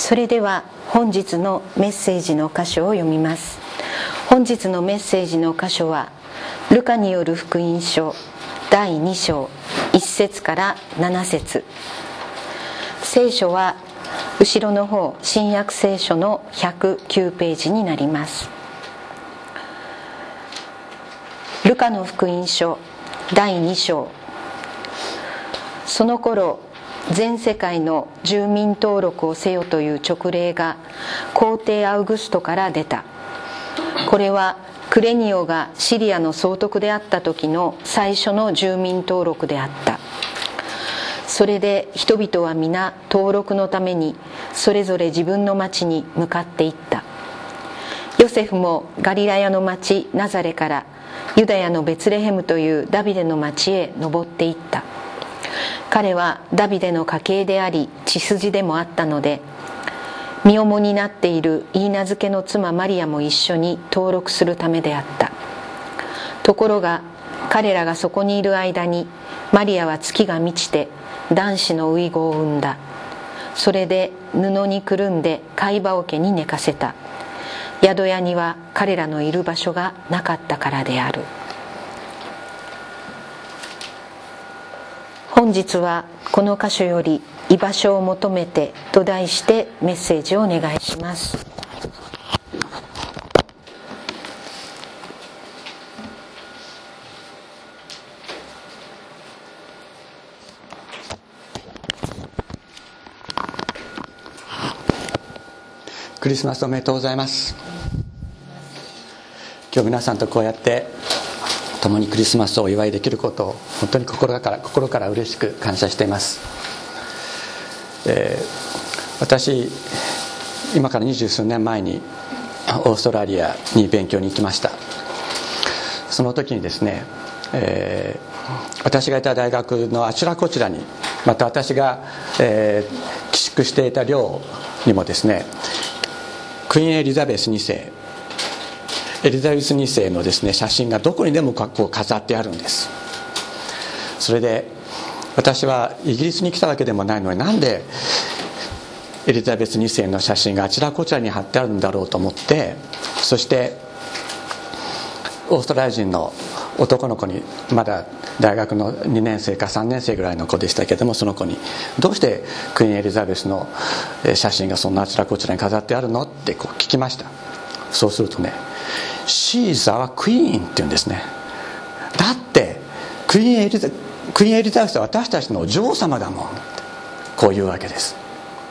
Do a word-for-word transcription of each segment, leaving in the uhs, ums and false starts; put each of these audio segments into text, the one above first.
それでは本日のメッセージの箇所を読みます。本日のメッセージの箇所はルカによる福音書だいに章いち節からなな節。聖書は後ろの方、新約聖書のひゃくきゅうページになります。ルカの福音書だいに章。その頃全世界の住民登録をせよという勅令が皇帝アウグストから出た。これはクレニオがシリアの総督であった時の最初の住民登録であった。それで人々は皆登録のためにそれぞれ自分の町に向かっていった。ヨセフもガリラヤの町ナザレからユダヤのベツレヘムというダビデの町へ登っていった。彼はダビデの家系であり血筋でもあったので、身重になっているイーナ漬けの妻マリアも一緒に登録するためであった。ところが彼らがそこにいる間にマリアは月が満ちて男子の遺語を産んだ。それで布にくるんで貝羽桶に寝かせた。宿屋には彼らのいる場所がなかったからである。本日はこの箇所より居場所を求めてと題してメッセージをお願いします。 クリスマスおめでとうございます。今日皆さんとこうやって共にクリスマスをお祝いできることを本当に心から心から嬉しく感謝しています。えー、私今から二十数年前にオーストラリアに勉強に行きました。その時にですね、えー、私がいた大学のあちらこちらに、また私が、えー、寄宿していた寮にもですね、クイーンエリザベスに世エリザベスに世のですね写真がどこにでもこう飾ってあるんです。それで私はイギリスに来たわけでもないのに、なんでエリザベスに世の写真があちらこちらに貼ってあるんだろうと思って、そしてオーストラリア人の男の子に、まだ大学のにねん生かさんねん生ぐらいの子でしたけれども、その子にどうしてクイーンエリザベスの写真がそんなあちらこちらに飾ってあるのってこう聞きました。そうするとね、シーザはクイーンって言うんですね。だってクイーンエリザクイーンエリザベスは私たちのお嬢様だもん、こういうわけです。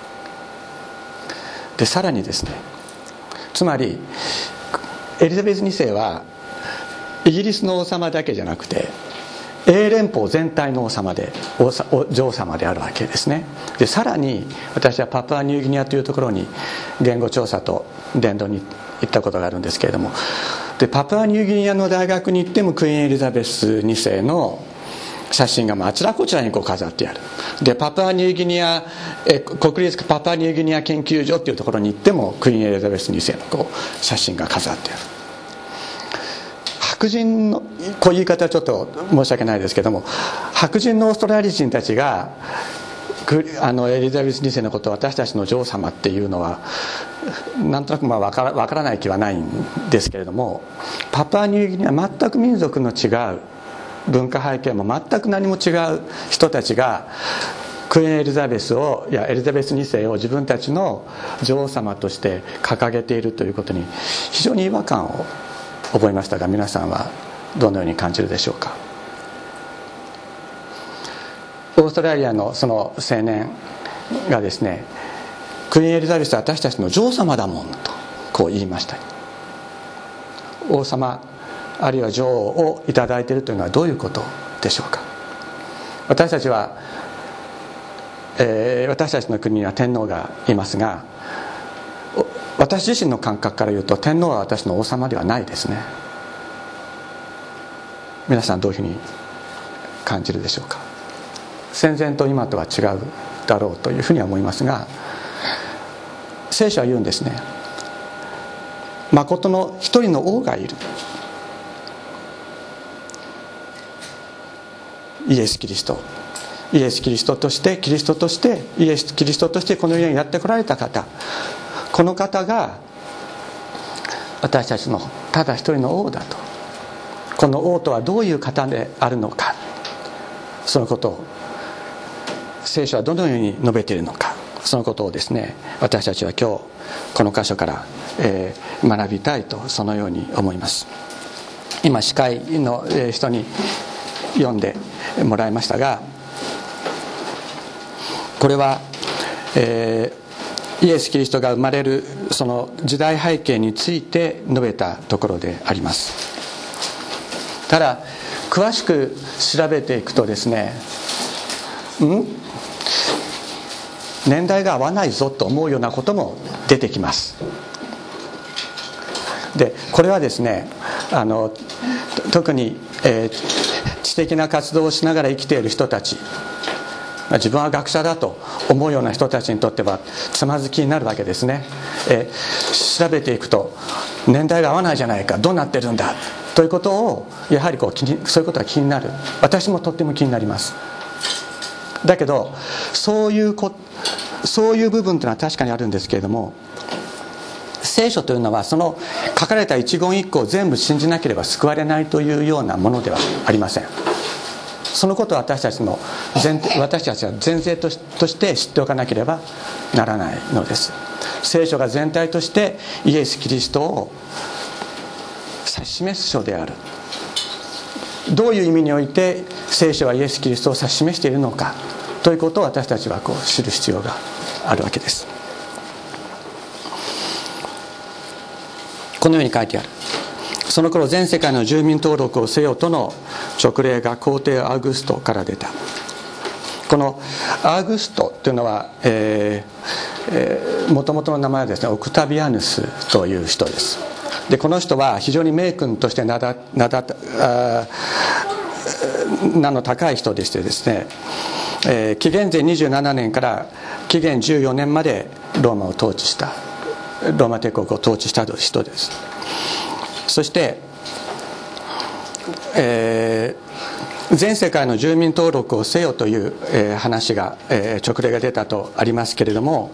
でさらにですね、つまりエリザベスに世はイギリスの王様だけじゃなくて英連邦全体の王様でお嬢様であるわけですね。でさらに私はパプアニューギニアというところに言語調査と伝道に行ったことがあるんですけれども、でパプアニューギニアの大学に行ってもクイーンエリザベスに世の写真があちらこちらにこう飾ってある。でパプアニューギニアえ国立パプアニューギニア研究所っていうところに行ってもクイーンエリザベスに世のこう写真が飾ってある。白人のこういう言い方はちょっと申し訳ないですけども、白人のオーストラリア人たちがあのエリザベスに世のことを私たちの女王様っていうのはなんとなくまあ分から、分からない気はないんですけれども、パプアニューギニア全く民族の違う文化背景も全く何も違う人たちがクイーンエリザベスをいやエリザベスに世を自分たちの女王様として掲げているということに非常に違和感を覚えましたが、皆さんはどのように感じるでしょうか。オーストラリアのその青年がですね、クイーンエリザベスは私たちの女王様だもんとこう言いました。王様あるいは女王をいただいているというのはどういうことでしょうか。私たちは、えー、私たちの国には天皇がいますが、私自身の感覚から言うと天皇は私の王様ではないですね。皆さんどういうふうに感じるでしょうか。戦前と今とは違うだろうというふうには思いますが、聖書は言うんですね。誠の一人の王がいる、イエス・キリスト。 イエス・キリストとしてキリストとしてイエス・キリストとしてこの世にやってこられた方、この方が私たちのただ一人の王だと。この王とはどういう方であるのか、そのことを聖書はどのように述べているのか、そのことをですね、私たちは今日この箇所から、えー、学びたいと、そのように思います。今司会の人に読んでもらいましたが、これは、えー、イエス・キリストが生まれるその時代背景について述べたところであります。ただ詳しく調べていくとですね、ん年代が合わないぞと思うようなことも出てきます。でこれはですね、あの特に、えー、知的な活動をしながら生きている人たち、自分は学者だと思うような人たちにとってはつまずきになるわけですね。えー、調べていくと年代が合わないじゃないか、どうなってるんだということをやはりこう気に、そういうことが気になる。私もとっても気になります。だけどそういうこそういう部分というのは確かにあるんですけれども、聖書というのはその書かれた一言一句を全部信じなければ救われないというようなものではありません。そのことを私たちの前私たちは前提として知っておかなければならないのです。聖書が全体としてイエス・キリストを指し示す書である。どういう意味において聖書はイエス・キリストを指し示しているのかということを私たちはこう知る必要があるわけです。このように書いてある。その頃全世界の住民登録をせよとの勅令が皇帝アウグストから出た。このアウグストというのは、えーえー、元々の名前はですね、オクタビアヌスという人です。でこの人は非常に名君として名だ名だあ名の高い人でしてですね、えー、紀元前にじゅうななねんから紀元じゅうよねんまでローマを統治したローマ帝国を統治した人です。そして、えー、全世界の住民登録をせよという、えー、話が、えー、勅令が出たとありますけれども、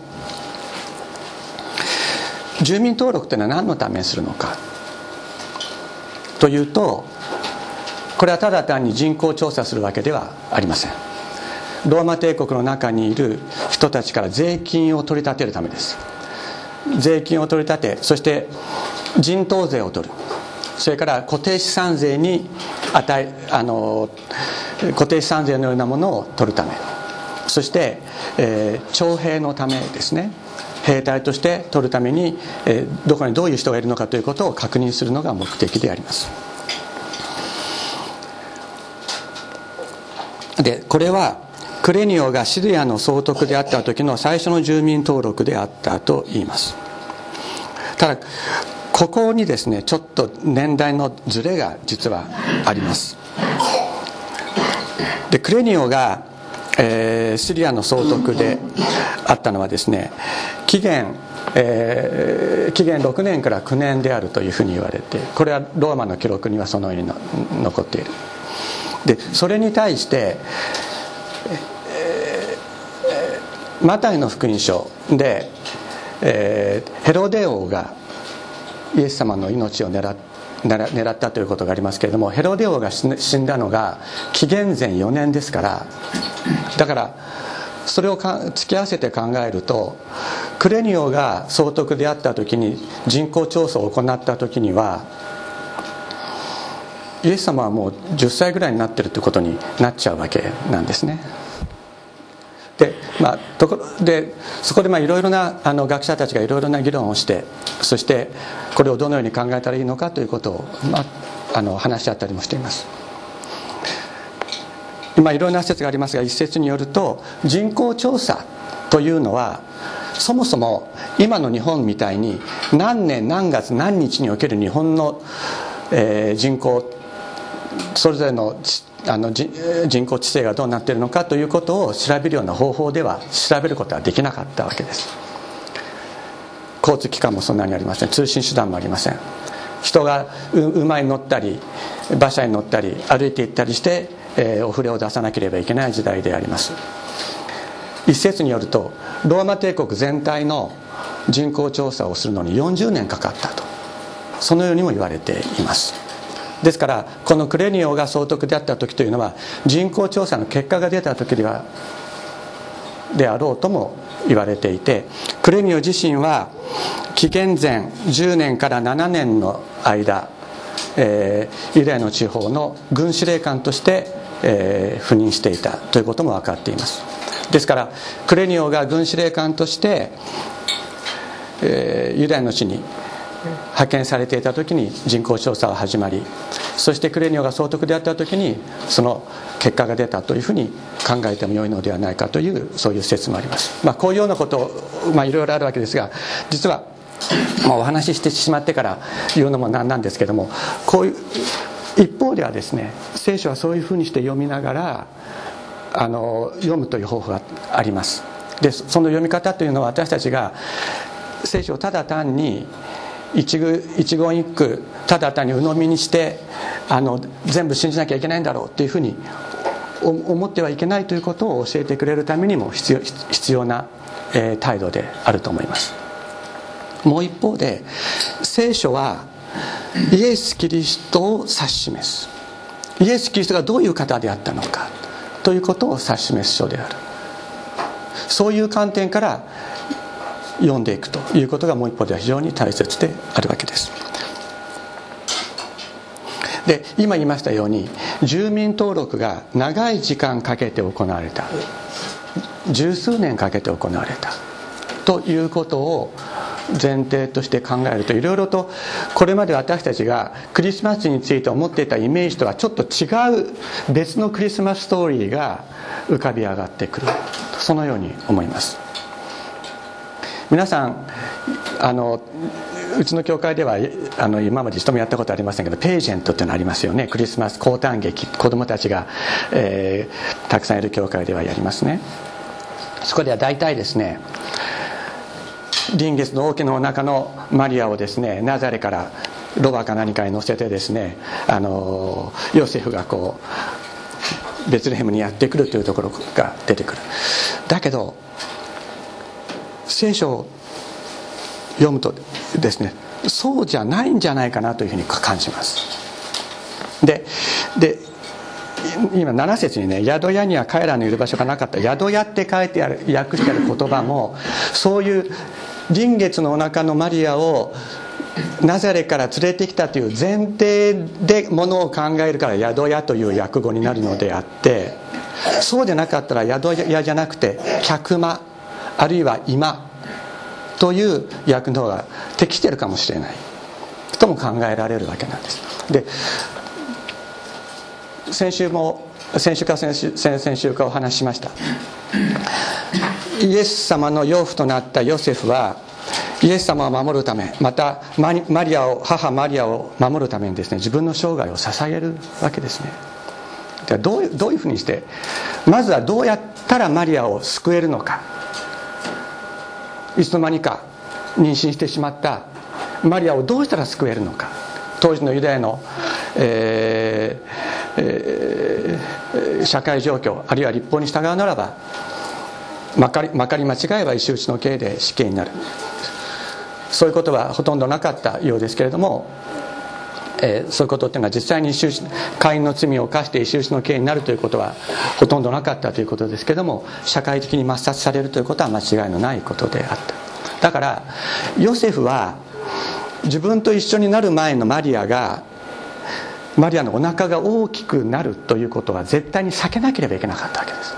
住民登録というのは何のためにするのかというと、これはただ単に人口調査するわけではありません。ローマ帝国の中にいる人たちから税金を取り立てるためです。税金を取り立て、そして人頭税を取る、それから固定資産税に与えあの固定資産税のようなものを取るため、そして、えー、徴兵のためですね、兵隊として取るために、えー、どこにどういう人がいるのかということを確認するのが目的であります。でこれはクレニオがシリアの総督であった時の最初の住民登録であったと言います。ただここにですね、ちょっと年代のズレが実はあります。でクレニオが、えー、シリアの総督であったのはですね、紀元、えー、紀元ろくねんからきゅうねんであるというふうに言われて、これはローマの記録にはそのようにの残っている。でそれに対して、えー、マタイの福音書で、えー、ヘロデ王がイエス様の命を狙っ、狙ったということがありますけれども、ヘロデ王が死んだのが紀元前よねんですから、だからそれを突き合わせて考えると、クレニオが総督であった時に人口調査を行った時にはイエス様はもうじゅっさいぐらいになっているということになっちゃうわけなんですね。で、まあ、ところでそこでいろいろなあの学者たちがいろいろな議論をして、そしてこれをどのように考えたらいいのかということを、まあ、あの話し合ったりもしています。今いろいろな説がありますが、一説によると人口調査というのはそもそも今の日本みたいに何年何月何日における日本の、えー、人口それぞれのあの人口地勢がどうなっているのかということを調べるような方法では調べることはできなかったわけです。交通機関もそんなにありません。通信手段もありません。人が馬に乗ったり馬車に乗ったり歩いて行ったりしてえー、お触れを出さなければいけない時代であります。一説によるとローマ帝国全体の人口調査をするのによんじゅうねんかかったと、そのようにも言われています。ですからこのクレニオが総督であった時というのは人口調査の結果が出た時ではであろうとも言われていて、クレニオ自身は紀元前じゅうねんからななねんの間、えー、ユダヤの地方の軍司令官として、えー、赴任していたということも分かっています。ですからクレニオが軍司令官として、えー、ユダヤの地に派遣されていた時に人口調査は始まり、そしてクレニオが総督であった時にその結果が出たというふうに考えてもよいのではないかという、そういう説もあります。まあ、こういうようなことまあいろいろあるわけですが、実は、まあ、お話ししてしまってから言うのもなんなんですけども、こういう一方ではですね、聖書はそういうふうにして読みながらあの読むという方法があります。でその読み方というのは、私たちが聖書をただ単に一句一言一句ただ単に鵜呑みにしてあの全部信じなきゃいけないんだろうというふうに思ってはいけないということを教えてくれるためにも必要、必要な、えー、態度であると思います。もう一方で聖書はイエス・キリストを指し示す、イエス・キリストがどういう方であったのかということを指し示す書である。そういう観点から読んでいくということがもう一方では非常に大切であるわけです。で今言いましたように、住民登録が長い時間かけて行われた、十数年かけて行われたということを前提として考えると、いろいろとこれまで私たちがクリスマスについて思っていたイメージとはちょっと違う別のクリスマスストーリーが浮かび上がってくる、そのように思います。皆さんあのうちの教会ではあの今まで一度もやったことありませんけど、ページェントっていうのありますよね。クリスマス降誕劇、子どもたちが、えー、たくさんいる教会ではやりますね。そこでは大体ですね、臨月の王家の中のマリアをですね、ナザレからロバか何かに乗せてですね、あのヨセフがこうベツレヘムにやってくるというところが出てくる。だけど聖書を読むとですね、そうじゃないんじゃないかなというふうに感じます。でで今なな節にね、宿屋には彼らのいる場所がなかった、宿屋って書いてある、訳してある言葉も、そういう臨月のお腹のマリアをナザレから連れてきたという前提でものを考えるから宿屋という訳語になるのであって、そうでなかったら宿屋じゃなくて客間あるいは今という訳の方が適しているかもしれないとも考えられるわけなんです。で先週も先週か先週先々週かお話ししました。イエス様の養父となったヨセフはイエス様を守るため、またマリアを母マリアを守るためにですね、自分の生涯を捧げるわけですね。じゃあどういう、どういうふうにして、まずはどうやったらマリアを救えるのか。いつの間にか妊娠してしまったマリアをどうしたら救えるのか。当時のユダヤの、えーえー、社会状況あるいは律法に従うならば、まかり、まかり間違えば石打ちの刑で死刑になる。そういうことはほとんどなかったようですけれども、えー、そういうことっていうのは実際に石打ち、会員の罪を犯して石打ちの刑になるということはほとんどなかったということですけれども、社会的に抹殺されるということは間違いのないことであった。だからヨセフは自分と一緒になる前のマリアがマリアのお腹が大きくなるということは絶対に避けなければいけなかったわけです。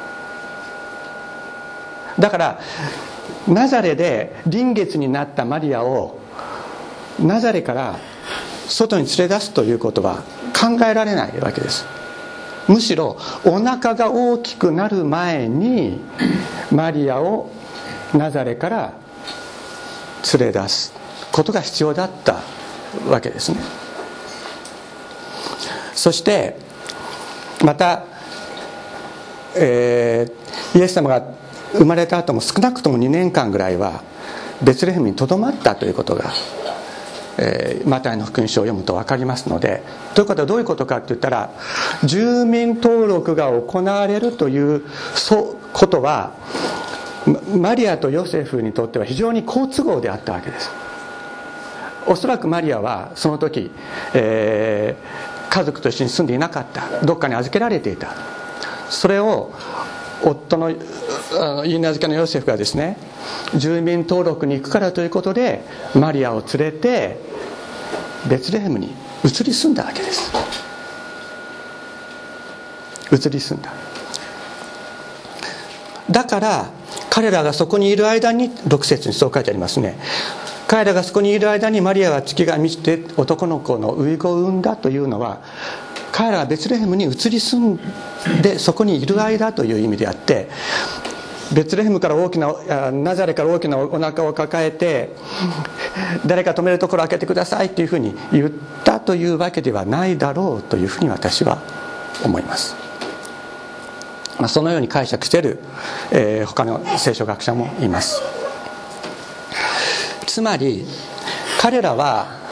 だからナザレで臨月になったマリアをナザレから外に連れ出すということは考えられないわけです。むしろお腹が大きくなる前にマリアをナザレから連れ出すことが必要だったわけですね。そしてまた、えー、イエス様が生まれた後も少なくともにねんかんぐらいはベツレヘムにとどまったということがえー、マタイの福音書を読むと分かりますので、ということはどういうことかって言ったら、住民登録が行われるということはマリアとヨセフにとっては非常に好都合であったわけです。おそらくマリアはその時、えー、家族と一緒に住んでいなかった、どっかに預けられていた。それを夫の言い名付けのヨセフがですね、住民登録に行くからということでマリアを連れてベツレヘムに移り住んだわけです。移り住んだ。だから彼らがそこにいる間に、ろく節にそう書いてありますね、彼らがそこにいる間にマリアは月が満ちて男の子の産子を産んだというのは、彼らがベツレヘムに移り住んでそこにいる間という意味であって、ベツレヘムから大きなナザレから大きなお腹を抱えて誰か止めるところを開けてくださいというふうに言ったというわけではないだろうというふうに私は思います。まあ、そのように解釈している、えー、他の聖書学者もいます。つまり彼らは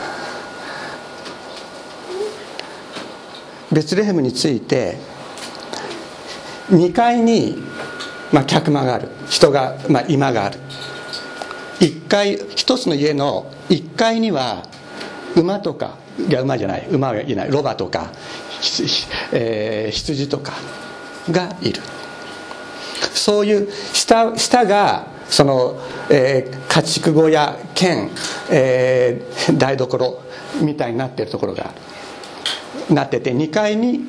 ベツレヘムについてにかいに、まあ、客間がある、人が、まあ、居間がある。いっかい、一つの家のいっかいには馬とか、いや馬じゃない、馬はいない、ロバとか、えー、羊とかがいる。そういう下、下がその、えー、家畜小屋兼、えー、台所みたいになっているところがある。なっててにかいに、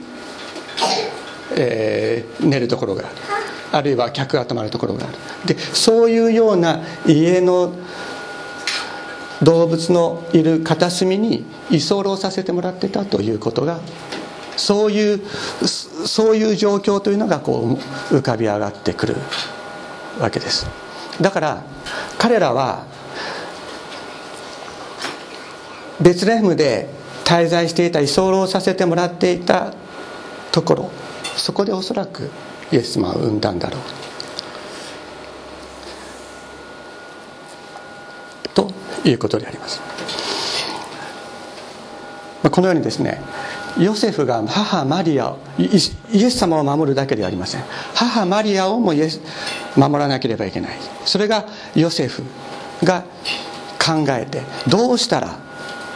えー、寝るところがある、あるいは客が泊まるところがある。でそういうような家の動物のいる片隅に居候させてもらってたということが、そういうそういう状況というのがこう浮かび上がってくるわけです。だから彼らはベツレヘムで滞在していた、居候させてもらっていたところ、そこでおそらくイエス様を産んだんだろうということであります。このようにですね、ヨセフが母マリアを、イエス様を守るだけではありません。母マリアをもイエス守らなければいけない。それがヨセフが考えて、どうしたら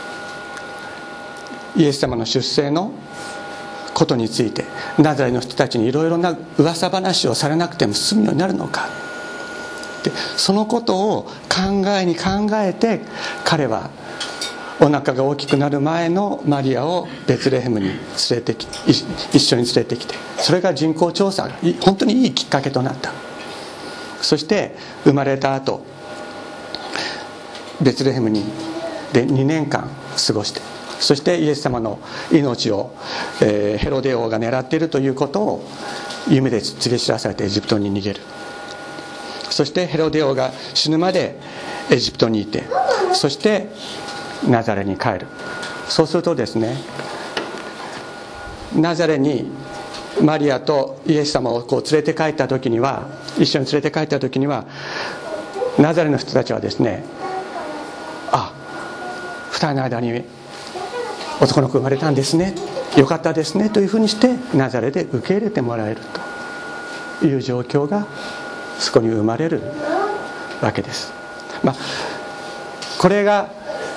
イエス様の出生のことについてナザレの人たちにいろいろな噂話をされなくても済むようになるのか。でそのことを考えに考えて、彼はお腹が大きくなる前のマリアをベツレヘムに連れてき一緒に連れてきて、それが人口調査、本当にいいきっかけとなった。そして生まれた後ベツレヘムにでにねんかん過ごして、そしてイエス様の命を、えー、ヘロデ王が狙っているということを夢で告げ知らされてエジプトに逃げる。そしてヘロデ王が死ぬまでエジプトにいて、そしてナザレに帰る。そうするとですね、ナザレにマリアとイエス様をこう連れて帰った時には、一緒に連れて帰った時には、ナザレの人たちはですね、あ、二人の間に男の子生まれたんですね、よかったですねというふうにしてナザレで受け入れてもらえるという状況がそこに生まれるわけです。まあ、これが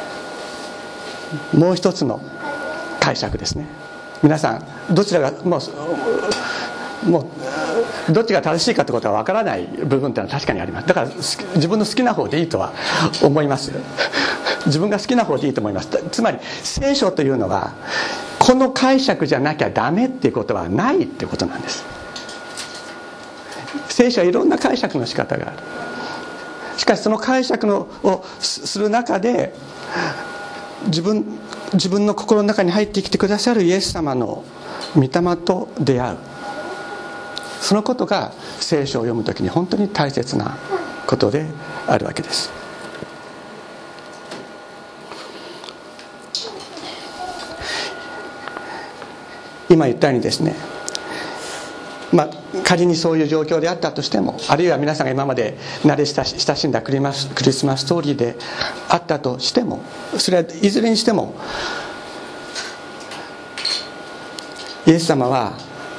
もう一つの解釈ですね。皆さんどちらがもう、もうどっちが正しいかってことは分からない部分っていうのは確かにあります。だから自分の好きな方でいいとは思います。自分が好きな方でいいと思います。つまり聖書というのはこの解釈じゃなきゃダメっていうことはないっていうことなんです。聖書はいろんな解釈の仕方がある。しかしその解釈のをする中で自分自分の心の中に入ってきてくださるイエス様の御霊と出会う、そのことが聖書を読むときに本当に大切なことであるわけです。今言ったようにですね、 まあ、仮にそういう状況であったとしても、あるいは皆さんが今まで慣れ親しんだクリマスクリスマスストーリーであったとしても、それはいずれにしてもイエス様は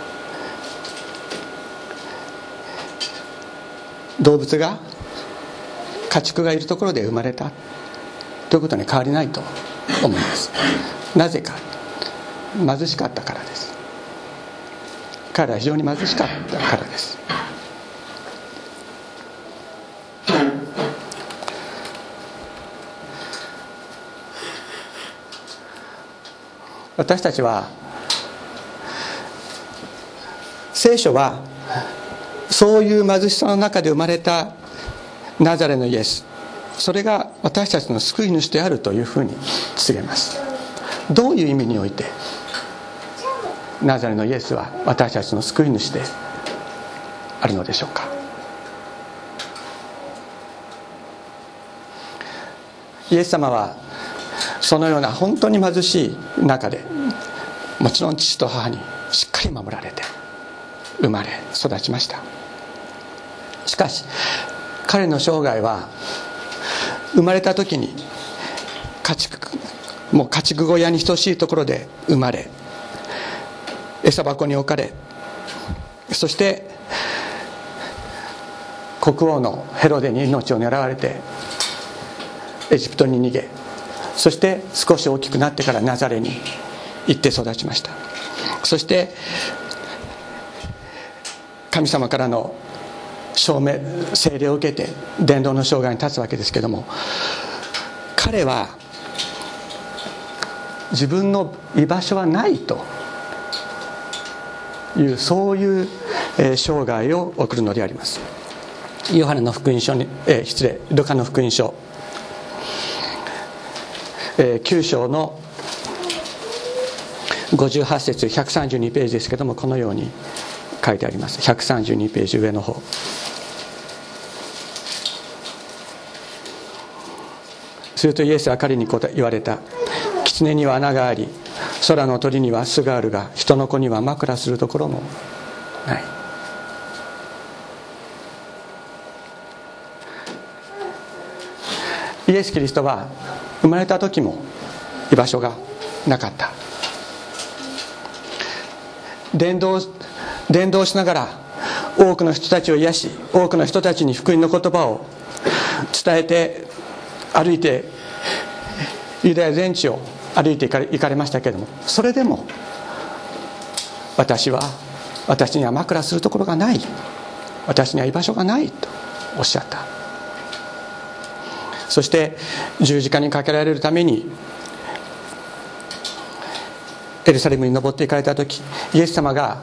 動物が家畜がいるところで生まれたということに変わりないと思います。なぜか、貧しかったからです。彼は非常に貧しかったからです。私たちは、聖書はそういう貧しさの中で生まれたナザレのイエス、それが私たちの救い主であるというふうに告げます。どういう意味においてナザレのイエスは私たちの救い主であるのでしょうか。イエス様はそのような本当に貧しい中で、もちろん父と母にしっかり守られて生まれ育ちました。しかし彼の生涯は、生まれた時に家畜もう家畜小屋に等しいところで生まれ、餌箱に置かれ、そして国王のヘロデに命を狙われてエジプトに逃げ、そして少し大きくなってからナザレに行って育ちました。して神様からの証明聖霊を受けて伝道の生涯に立つわけですけども、彼は自分の居場所はないというそういう生涯を送るのであります。ヨハネの福音書に、えー、失礼ルカの福音書、えー、きゅう章のごじゅうはち節ひゃくさんじゅうにページですけども、このように書いてあります。ひゃくさんじゅうにページ上の方。するとイエスは彼に言われた。狐には穴があり、空の鳥には巣があるが、人の子には枕するところもない。イエス・キリストは生まれた時も居場所がなかった。伝道伝道しながら多くの人たちを癒し、多くの人たちに福音の言葉を伝えて歩いてユダヤ全地を歩いて行かれましたけれども、それでも私は私には枕するところがない、私には居場所がないとおっしゃった。そして十字架にかけられるためにエルサレムに登っていかれた時、イエス様が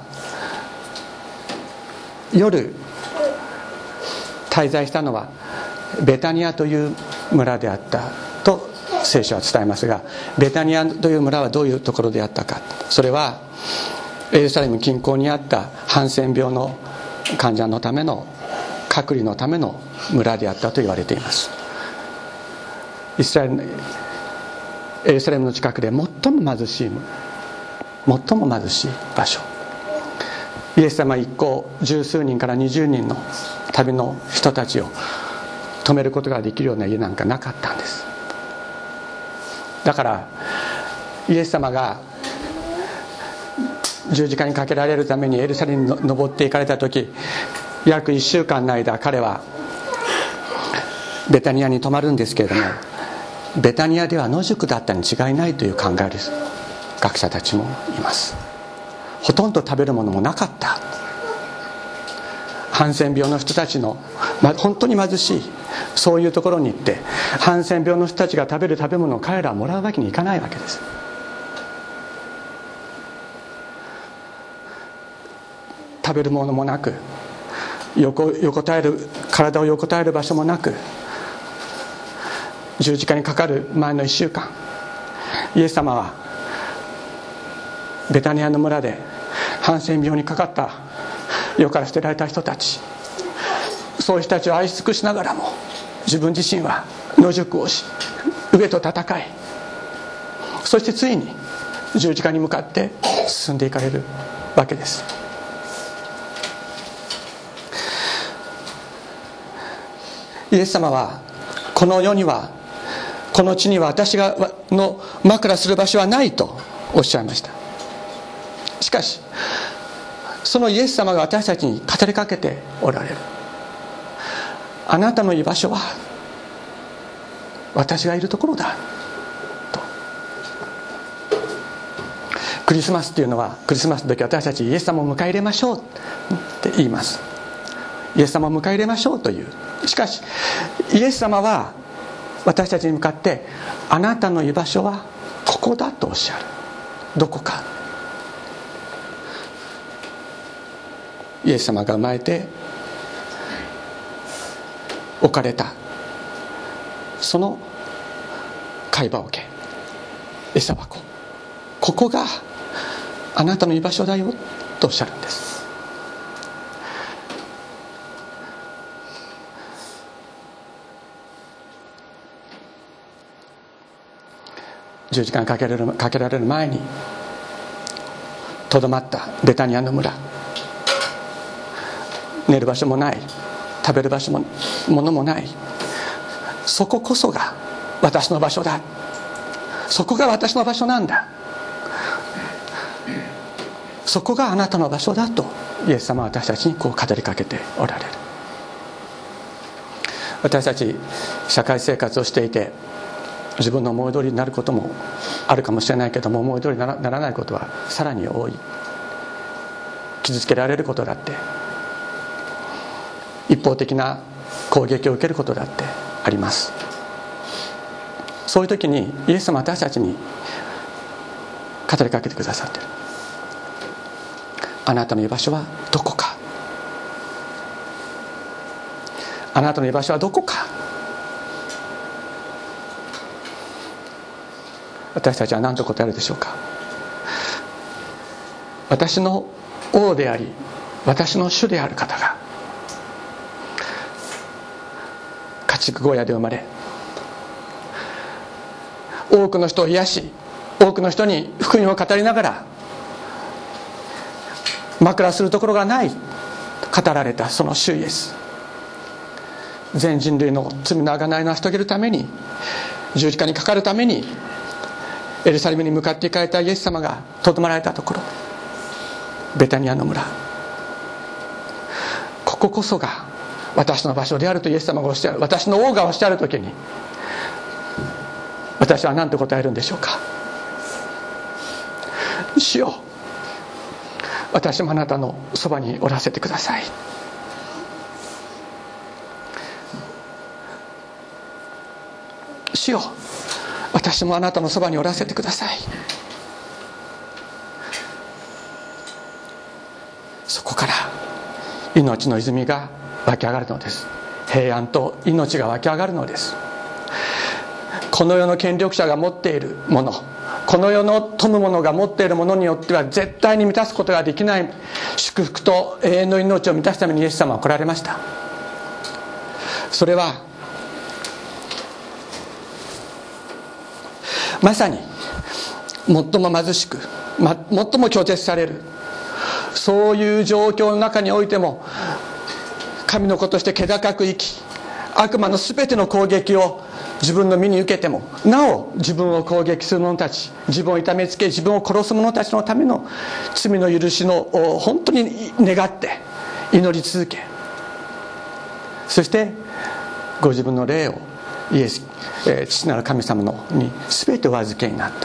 夜滞在したのはベタニアという村であったと聖書は伝えますが、ベタニアという村はどういうところであったか、それはエルサレム近郊にあったハンセン病の患者のための隔離のための村であったと言われています。イスラエルエルサレムの近くで最も貧しい最も貧しい場所、イエス様一行十数人から二十人の旅の人たちを止めることができるような家なんかなかったんです。だからイエス様が十字架にかけられるためにエルサレムに登っていかれた時、約いっしゅうかんの間彼はベタニアに泊まるんですけれども、ベタニアでは野宿だったに違いないという考える学者たちもいます。ほとんど食べるものもなかった。ハンセン病の人たちの、ま、本当に貧しいそういうところに行って、ハンセン病の人たちが食べる食べ物を彼らはもらうわけにいかないわけです。食べるものもなく、横、横たえる体を横たえる場所もなく、十字架にかかる前のいっしゅうかん、イエス様はベタニアの村でハンセン病にかかった世から捨てられた人たち、そういう人たちを愛し尽くしながらも自分自身は野宿をし、飢えと戦い、そしてついに十字架に向かって進んでいかれるわけです。 イエス様はこの世には、この地には私がの枕する場所はないとおっしゃいました。しかしそのイエス様が私たちに語りかけておられる。あなたの居場所は私がいるところだと。クリスマスっていうのは、クリスマスの時私たちイエス様を迎え入れましょうって言います。イエス様を迎え入れましょうという。しかしイエス様は私たちに向かって、あなたの居場所はここだとおっしゃる。どこか。イエス様が生まれて置かれたその貝羽桶、餌箱、ここがあなたの居場所だよとおっしゃるんです。十字架にかけられる、かけられる前にとどまったベタニアの村、寝る場所もない、食べる場所も物もない、そここそが私の場所だ、そこが私の場所なんだ、そこがあなたの場所だとイエス様は私たちにこう語りかけておられる。私たち社会生活をしていて、自分の思い通りになることもあるかもしれないけども、思い通りにならないことはさらに多い。傷つけられることだって、一方的な攻撃を受けることだってあります。そういう時にイエス様は私たちに語りかけてくださっている。あなたの居場所はどこか、あなたの居場所はどこか。私たちは何と答えるでしょうか。私の王であり私の主である方が家畜小屋で生まれ、多くの人を癒し、多くの人に福音を語りながら、枕するところがないと語られたその主イエス、全人類の罪の贖いを成し遂げるために、十字架にかかるためにエルサレムに向かって行かれたイエス様がとどまられたところ、ベタニアの村、こここそが私の場所であるとイエス様がおっしゃる。私の王がおっしゃるときに、私は何と答えるんでしょうか。主よ、私もあなたのそばにおらせてください。主よ、私もあなたのそばにおらせてください。そこから命の泉が湧き上がるのです。平安と命が湧き上がるのです。この世の権力者が持っているもの、この世の富む者が持っているものによっては絶対に満たすことができない祝福と永遠の命を満たすためにイエス様は来られました。それはまさに最も貧しく、ま、最も拒絶される、そういう状況の中においても神の子として気高く生き、悪魔のすべての攻撃を自分の身に受けてもなお自分を攻撃する者たち、自分を痛めつけ自分を殺す者たちのための罪の許しの本当に願って祈り続け、そしてご自分の霊をイエス、えー、父なる神様のに全てお預けになった、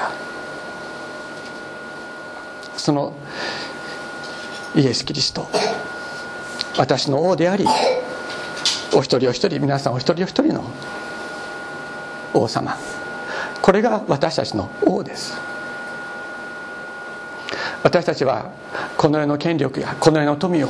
そのイエス・キリスト、私の王であり、お一人お一人、皆さんお一人お一人の王様、これが私たちの王です。私たちはこの世の権力やこの世の富を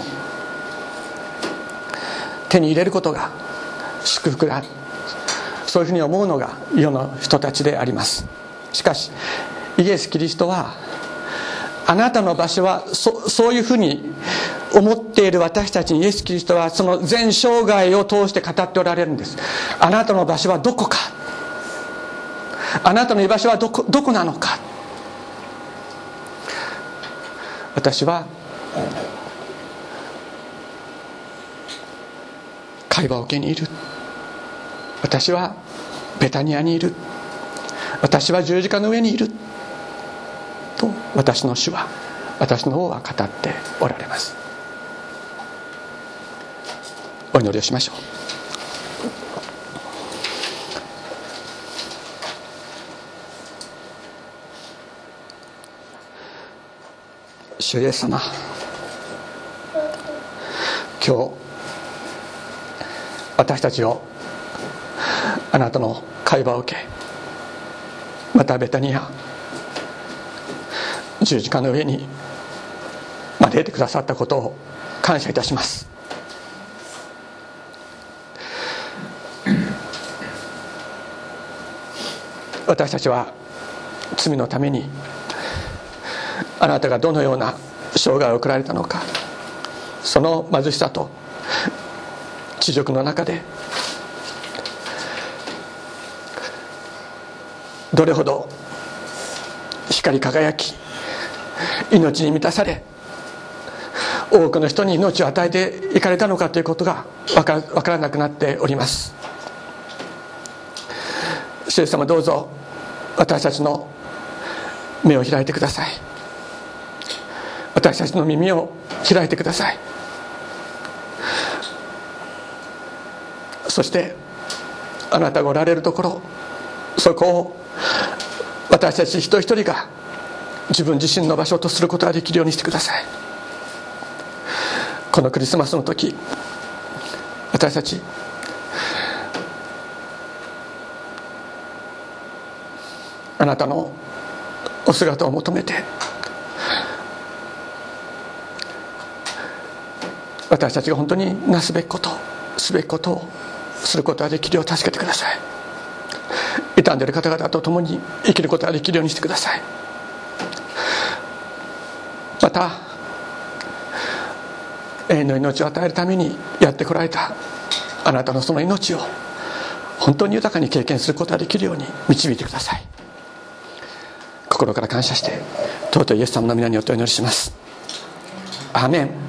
手に入れることが祝福だ、そういうふうに思うのが世の人たちであります。しかしイエス・キリストは、あなたの場所は そ, そういうふうに思っている私たちにイエス・キリストはその全生涯を通して語っておられるんです。あなたの場所はどこか、あなたの居場所はどこ、どこなのか。私は貝羽桶にいる。 私はベタニアにいる、私は十字架の上にいると私の主は、私の王は語っておられます。お祈りをしましょう。主イエス様、今日私たちをあなたの会話を受け、またベタニア十字架の上に招いてくださったことを感謝いたします。私たちは罪のためにあなたがどのような生涯を送られたのか、その貧しさと恥辱の中でどれほど光り輝き、命に満たされ、多くの人に命を与えていかれたのかということが分から、分からなくなっております。主イエス様、どうぞ私たちの目を開いてください。私たちの耳を開いてください。そしてあなたがおられるところ、そこを私たち一人一人が自分自身の場所とすることができるようにしてください。このクリスマスの時、私たちあなたのお姿を求めて、私たちが本当になすべきこと、すべきことをすることができるよう助けてください。傷んでいる方々と共に生きることができるようにしてください。また永遠の命を与えるためにやってこられたあなたのその命を本当に豊かに経験することができるように導いてください。心から感謝して尊いイエス様の皆によってお祈りします。アーメン。